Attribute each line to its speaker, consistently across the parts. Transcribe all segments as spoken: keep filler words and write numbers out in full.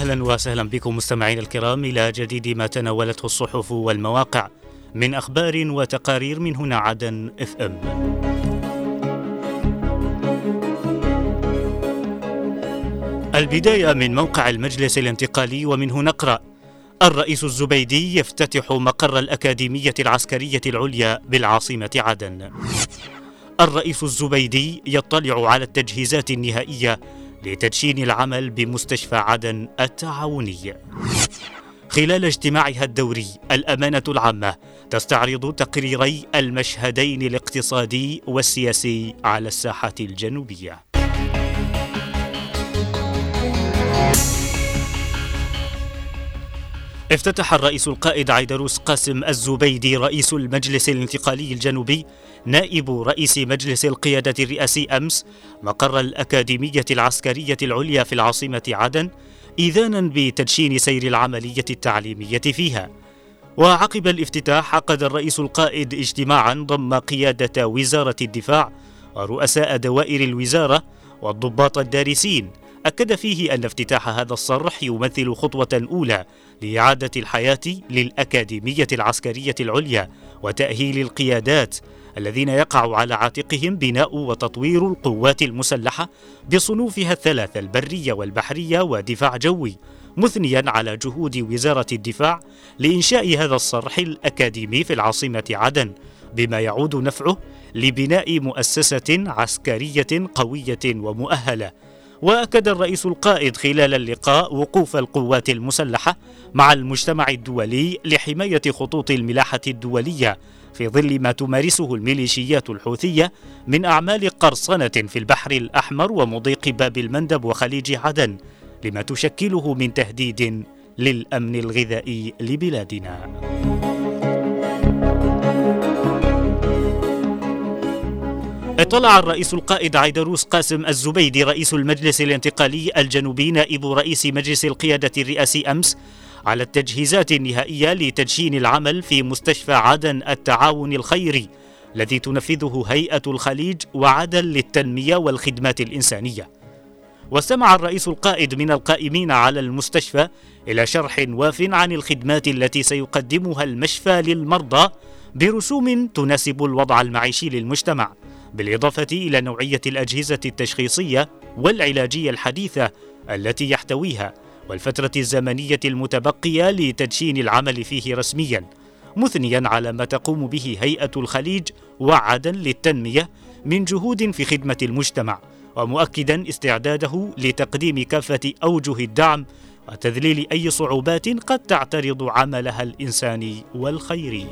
Speaker 1: أهلا وسهلا بكم مستمعين الكرام إلى جديد ما تناولته الصحف والمواقع من أخبار وتقارير من هنا عدن اف ام. البداية من موقع المجلس الانتقالي، ومنه نقرأ: الرئيس الزبيدي يفتتح مقر الأكاديمية العسكرية العليا بالعاصمة عدن. الرئيس الزبيدي يطلع على التجهيزات النهائية لتدشين العمل بمستشفى عدن التعاوني. خلال اجتماعها الدوري، الأمانة العامة تستعرض تقريري المشهدين الاقتصادي والسياسي على الساحة الجنوبية. افتتح الرئيس القائد عيدروس قاسم الزبيدي رئيس المجلس الانتقالي الجنوبي نائب رئيس مجلس القيادة الرئاسي أمس مقر الأكاديمية العسكرية العليا في العاصمة عدن، إذانا بتدشين سير العملية التعليمية فيها. وعقب الافتتاح عقد الرئيس القائد اجتماعا ضم قيادة وزارة الدفاع ورؤساء دوائر الوزارة والضباط الدارسين، أكد فيه أن افتتاح هذا الصرح يمثل خطوة أولى لإعادة الحياة للأكاديمية العسكرية العليا وتأهيل القيادات الذين يقع على عاتقهم بناء وتطوير القوات المسلحة بصنوفها الثلاثة: البرية والبحرية ودفاع جوي، مثنيا على جهود وزارة الدفاع لإنشاء هذا الصرح الأكاديمي في العاصمة عدن، بما يعود نفعه لبناء مؤسسة عسكرية قوية ومؤهلة. وأكد الرئيس القائد خلال اللقاء وقوف القوات المسلحة مع المجتمع الدولي لحماية خطوط الملاحة الدولية في ظل ما تمارسه الميليشيات الحوثية من أعمال قرصنة في البحر الأحمر ومضيق باب المندب وخليج عدن، لما تشكله من تهديد للأمن الغذائي لبلادنا. اطلع الرئيس القائد عيدروس قاسم الزبيدي رئيس المجلس الانتقالي الجنوبي نائب رئيس مجلس القيادة الرئاسي أمس على التجهيزات النهائية لتدشين العمل في مستشفى عدن التعاون الخيري الذي تنفذه هيئة الخليج وعدن للتنمية والخدمات الإنسانية. واستمع الرئيس القائد من القائمين على المستشفى إلى شرح واف عن الخدمات التي سيقدمها المشفى للمرضى برسوم تناسب الوضع المعيشي للمجتمع، بالإضافة إلى نوعية الأجهزة التشخيصية والعلاجية الحديثة التي يحتويها، والفترة الزمنية المتبقية لتدشين العمل فيه رسميا، مثنيا على ما تقوم به هيئة الخليج وعدن للتنمية من جهود في خدمة المجتمع، ومؤكدا استعداده لتقديم كافة أوجه الدعم وتذليل أي صعوبات قد تعترض عملها الإنساني والخيري.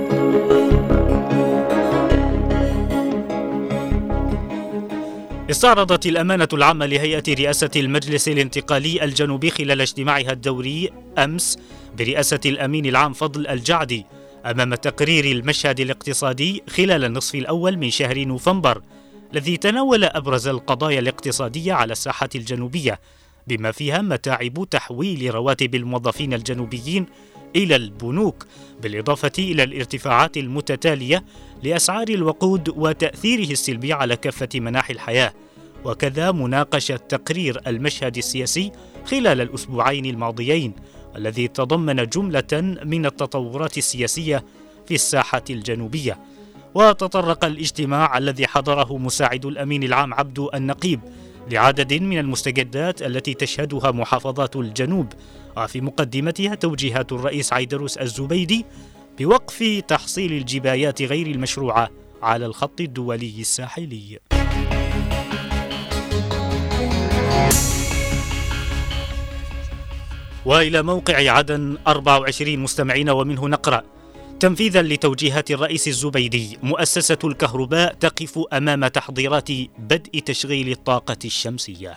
Speaker 1: استعرضت الأمانة العامة لهيئة رئاسة المجلس الانتقالي الجنوبي خلال اجتماعها الدوري أمس برئاسة الأمين العام فضل الجعدي أمام تقرير المشهد الاقتصادي خلال النصف الأول من شهر نوفمبر، الذي تناول أبرز القضايا الاقتصادية على الساحة الجنوبية، بما فيها متاعب تحويل رواتب الموظفين الجنوبيين إلى البنوك، بالإضافة إلى الارتفاعات المتتالية لأسعار الوقود وتأثيره السلبي على كافة مناحي الحياة، وكذا مناقشة تقرير المشهد السياسي خلال الأسبوعين الماضيين الذي تضمن جملة من التطورات السياسية في الساحة الجنوبية. وتطرق الاجتماع الذي حضره مساعد الأمين العام عبد النقيب لعدد من المستجدات التي تشهدها محافظات الجنوب، وفي مقدمتها توجيهات الرئيس عيدروس الزبيدي بوقف تحصيل الجبايات غير المشروعة على الخط الدولي الساحلي. وإلى موقع عدن أربعة وعشرين مستمعين، ومنه نقرأ: تنفيذا لتوجيهات الرئيس الزبيدي، مؤسسة الكهرباء تقف أمام تحضيرات بدء تشغيل الطاقة الشمسية.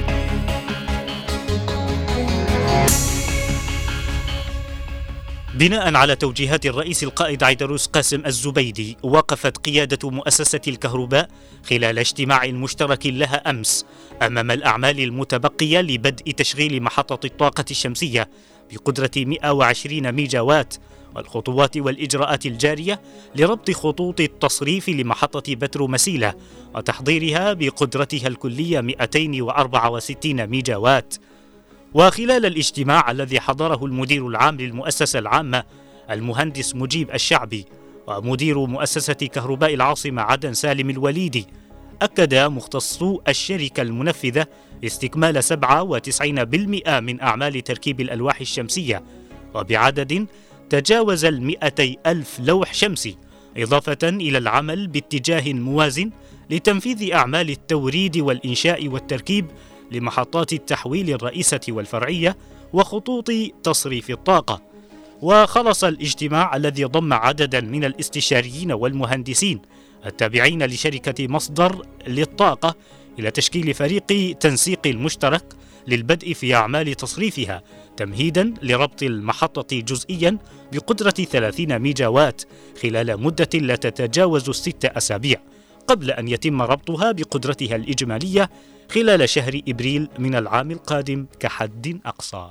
Speaker 1: بناء على توجيهات الرئيس القائد عيدروس قاسم الزبيدي، وقفت قيادة مؤسسة الكهرباء خلال اجتماع مشترك لها أمس أمام الأعمال المتبقية لبدء تشغيل محطة الطاقة الشمسية بقدرة مئة وعشرين ميجا وات، والخطوات والإجراءات الجارية لربط خطوط التصريف لمحطة بترو مسيلة وتحضيرها بقدرتها الكلية مئتين وأربعة وستين ميجا وات. وخلال الاجتماع الذي حضره المدير العام للمؤسسة العامة المهندس مجيب الشعبي ومدير مؤسسة كهرباء العاصمة عدن سالم الوليدي، أكد مختصو الشركة المنفذة استكمال سبعة وتسعين بالمئة من أعمال تركيب الألواح الشمسية وبعدد تجاوز المئتي ألف لوح شمسي، إضافة إلى العمل باتجاه موازن لتنفيذ أعمال التوريد والإنشاء والتركيب لمحطات التحويل الرئيسة والفرعية وخطوط تصريف الطاقة. وخلص الاجتماع الذي ضم عددا من الاستشاريين والمهندسين التابعين لشركة مصدر للطاقة إلى تشكيل فريق تنسيق مشترك للبدء في أعمال تصريفها تمهيدا لربط المحطة جزئيا بقدرة ثلاثين ميجاوات خلال مدة لا تتجاوز ست أسابيع، قبل أن يتم ربطها بقدرتها الإجمالية خلال شهر إبريل من العام القادم كحد أقصى.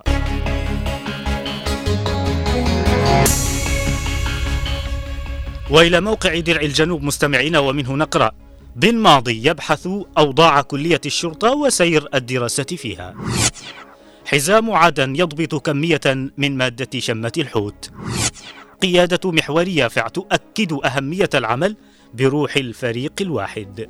Speaker 1: وإلى موقع درع الجنوب مستمعين، ومنه نقرأ: بن ماضي يبحث أوضاع كلية الشرطة وسير الدراسة فيها. حزام عدن يضبط كمية من مادة شمة الحوت. قيادة محورية فع تؤكد أهمية العمل بروح الفريق الواحد.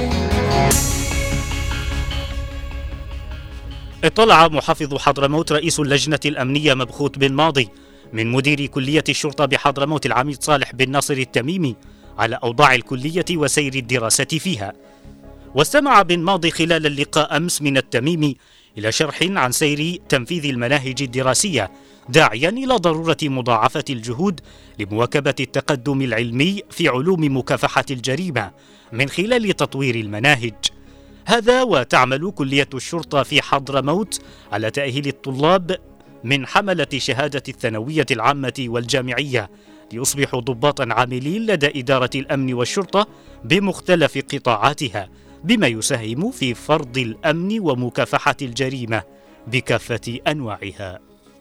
Speaker 1: اطلع محافظ حضرموت رئيس اللجنة الأمنية مبخوت بن ماضي من مدير كلية الشرطة بحضرموت العميد صالح بن ناصر التميمي على أوضاع الكلية وسير الدراسة فيها. واستمع بن ماضي خلال اللقاء أمس من التميمي إلى شرح عن سير تنفيذ المناهج الدراسية، داعيا إلى ضرورة مضاعفة الجهود لمواكبة التقدم العلمي في علوم مكافحة الجريمة من خلال تطوير المناهج. هذا وتعمل كلية الشرطة في حضرموت على تأهيل الطلاب من حملة شهادة الثانوية العامة والجامعية ليصبحوا ضباطا عاملين لدى إدارة الأمن والشرطة بمختلف قطاعاتها، بما يساهم في فرض الأمن ومكافحة الجريمة بكافة أنواعها.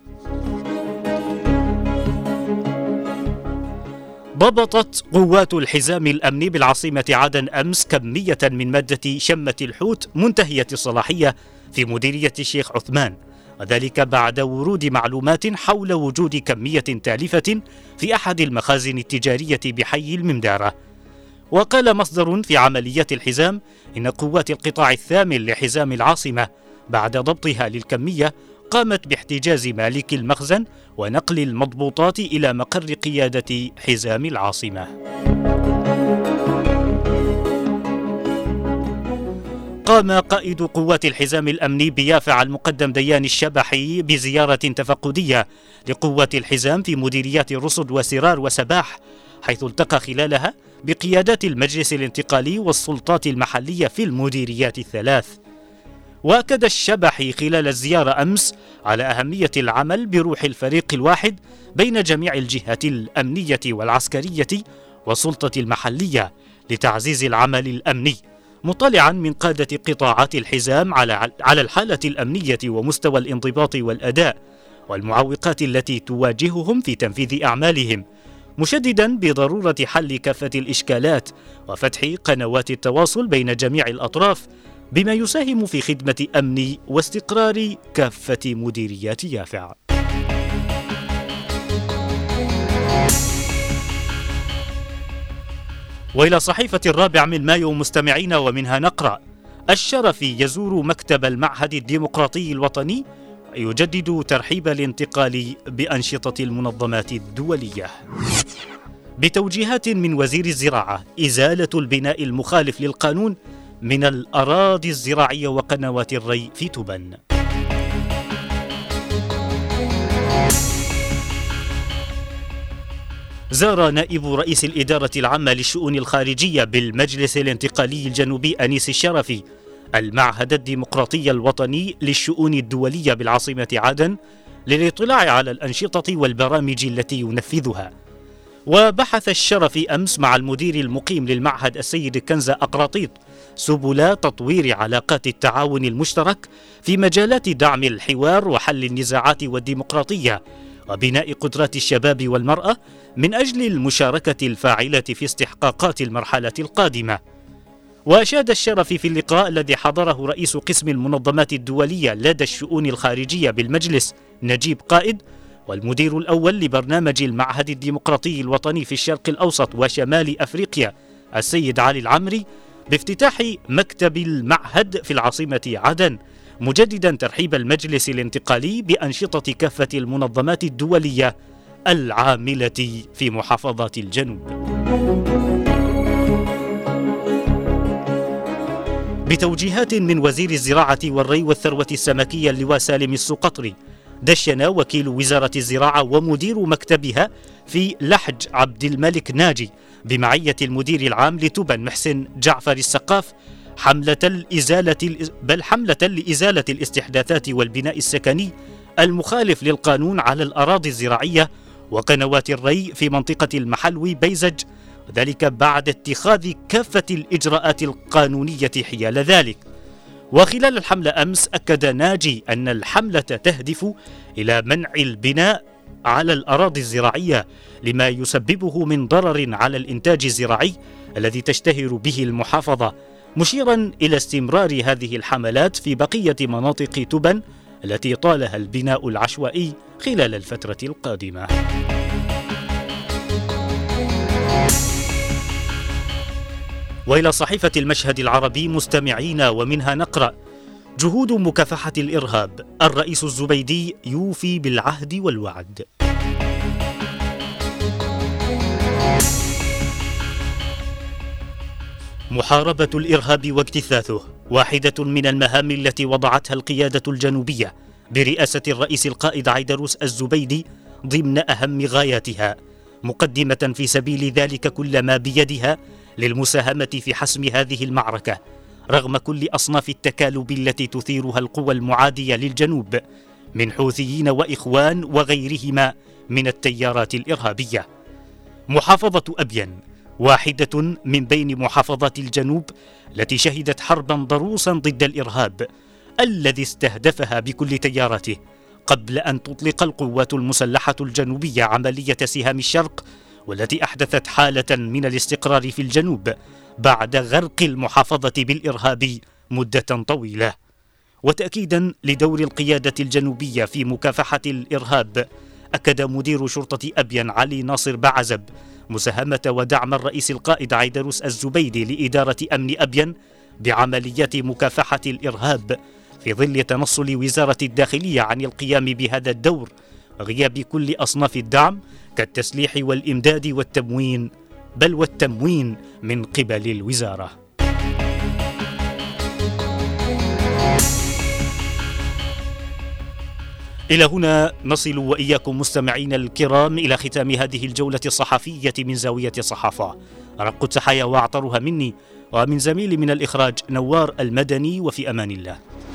Speaker 1: ضبطت قوات الحزام الأمني بالعاصمة عدن أمس كمية من مادة شمة الحوت منتهية الصلاحية في مديرية الشيخ عثمان، وذلك بعد ورود معلومات حول وجود كمية تالفة في أحد المخازن التجارية بحي الممدارة. وقال مصدر في عمليات الحزام إن قوات القطاع الثامن لحزام العاصمة بعد ضبطها للكمية قامت باحتجاز مالك المخزن ونقل المضبوطات إلى مقر قيادة حزام العاصمة. قام قائد قوات الحزام الأمني بيافع المقدم ديان الشبحي بزيارة تفقدية لقوات الحزام في مديريات رصد وسرار وسباح، حيث التقى خلالها بقيادات المجلس الانتقالي والسلطات المحلية في المديريات الثلاث. وأكد الشبحي خلال الزيارة أمس على أهمية العمل بروح الفريق الواحد بين جميع الجهات الأمنية والعسكرية والسلطة المحلية لتعزيز العمل الأمني، مطلعا من قادة قطاعات الحزام على على الحالة الأمنية ومستوى الانضباط والأداء والمعوقات التي تواجههم في تنفيذ أعمالهم، مشددا بضرورة حل كافة الإشكالات وفتح قنوات التواصل بين جميع الأطراف، بما يساهم في خدمة أمن واستقرار كافة مديريات يافع. وإلى صحيفة الرابع من مايو مستمعين، ومنها نقرأ: الشرفي يزور مكتب المعهد الديمقراطي الوطني يجدد ترحيب الانتقال بأنشطة المنظمات الدولية. بتوجيهات من وزير الزراعة إزالة البناء المخالف للقانون من الأراضي الزراعية وقنوات الري في تبن. زار نائب رئيس الإدارة العامة للشؤون الخارجية بالمجلس الانتقالي الجنوبي أنيس الشرفي المعهد الديمقراطي الوطني للشؤون الدولية بالعاصمة عدن للاطلاع على الأنشطة والبرامج التي ينفذها. وبحث الشرفي أمس مع المدير المقيم للمعهد السيد كنزة أقراطيط سبل تطوير علاقات التعاون المشترك في مجالات دعم الحوار وحل النزاعات والديمقراطية وبناء قدرات الشباب والمرأة من أجل المشاركة الفاعلة في استحقاقات المرحلة القادمة. وأشاد الشرف في اللقاء الذي حضره رئيس قسم المنظمات الدولية لدى الشؤون الخارجية بالمجلس نجيب قائد، والمدير الأول لبرنامج المعهد الديمقراطي الوطني في الشرق الأوسط وشمال أفريقيا السيد علي العمري، بافتتاح مكتب المعهد في العاصمة عدن، مجددا ترحيب المجلس الانتقالي بأنشطة كافة المنظمات الدولية العاملة في محافظات الجنوب. بتوجيهات من وزير الزراعة والري والثروة السمكية اللواء سالم السقطري، دشن وكيل وزارة الزراعة ومدير مكتبها في لحج عبد الملك ناجي بمعية المدير العام لتبن محسن جعفر السقاف حملة الإزالة بل حملة لإزالة الاستحداثات والبناء السكني المخالف للقانون على الأراضي الزراعية وقنوات الري في منطقة المحلوي بيزج، وذلك بعد اتخاذ كافة الإجراءات القانونية حيال ذلك. وخلال الحملة أمس أكد ناجي أن الحملة تهدف إلى منع البناء على الأراضي الزراعية لما يسببه من ضرر على الإنتاج الزراعي الذي تشتهر به المحافظة، مشيرا إلى استمرار هذه الحملات في بقية مناطق تبن التي طالها البناء العشوائي خلال الفترة القادمة. وإلى صحيفة المشهد العربي مستمعين، ومنها نقرأ: جهود مكافحة الإرهاب، الرئيس الزبيدي يوفي بالعهد والوعد. محاربة الإرهاب واجتثاثه واحدة من المهام التي وضعتها القيادة الجنوبية برئاسة الرئيس القائد عيدروس الزبيدي ضمن أهم غاياتها، مقدمة في سبيل ذلك كل ما بيدها للمساهمة في حسم هذه المعركة رغم كل أصناف التكالب التي تثيرها القوى المعادية للجنوب من حوثيين وإخوان وغيرهما من التيارات الإرهابية. محافظة أبين واحدة من بين محافظات الجنوب التي شهدت حربا ضروسا ضد الإرهاب الذي استهدفها بكل تياراته قبل أن تطلق القوات المسلحة الجنوبية عملية سهام الشرق، والتي أحدثت حالة من الاستقرار في الجنوب بعد غرق المحافظة بالإرهاب مدة طويلة. وتأكيدا لدور القيادة الجنوبية في مكافحة الإرهاب، أكد مدير شرطة أبين علي ناصر بعزب مساهمة ودعم الرئيس القائد عيدروس الزبيدي لإدارة أمن أبين بعمليات مكافحة الإرهاب في ظل تنصل وزارة الداخلية عن القيام بهذا الدور وغياب كل أصناف الدعم كالتسليح والإمداد والتموين بل والتموين من قبل الوزارة. إلى هنا نصل وإياكم مستمعين الكرام إلى ختام هذه الجولة الصحفية من زاوية الصحافة. أرق التحايا وأعطرها مني ومن زميلي من الإخراج نوار المدني، وفي أمان الله.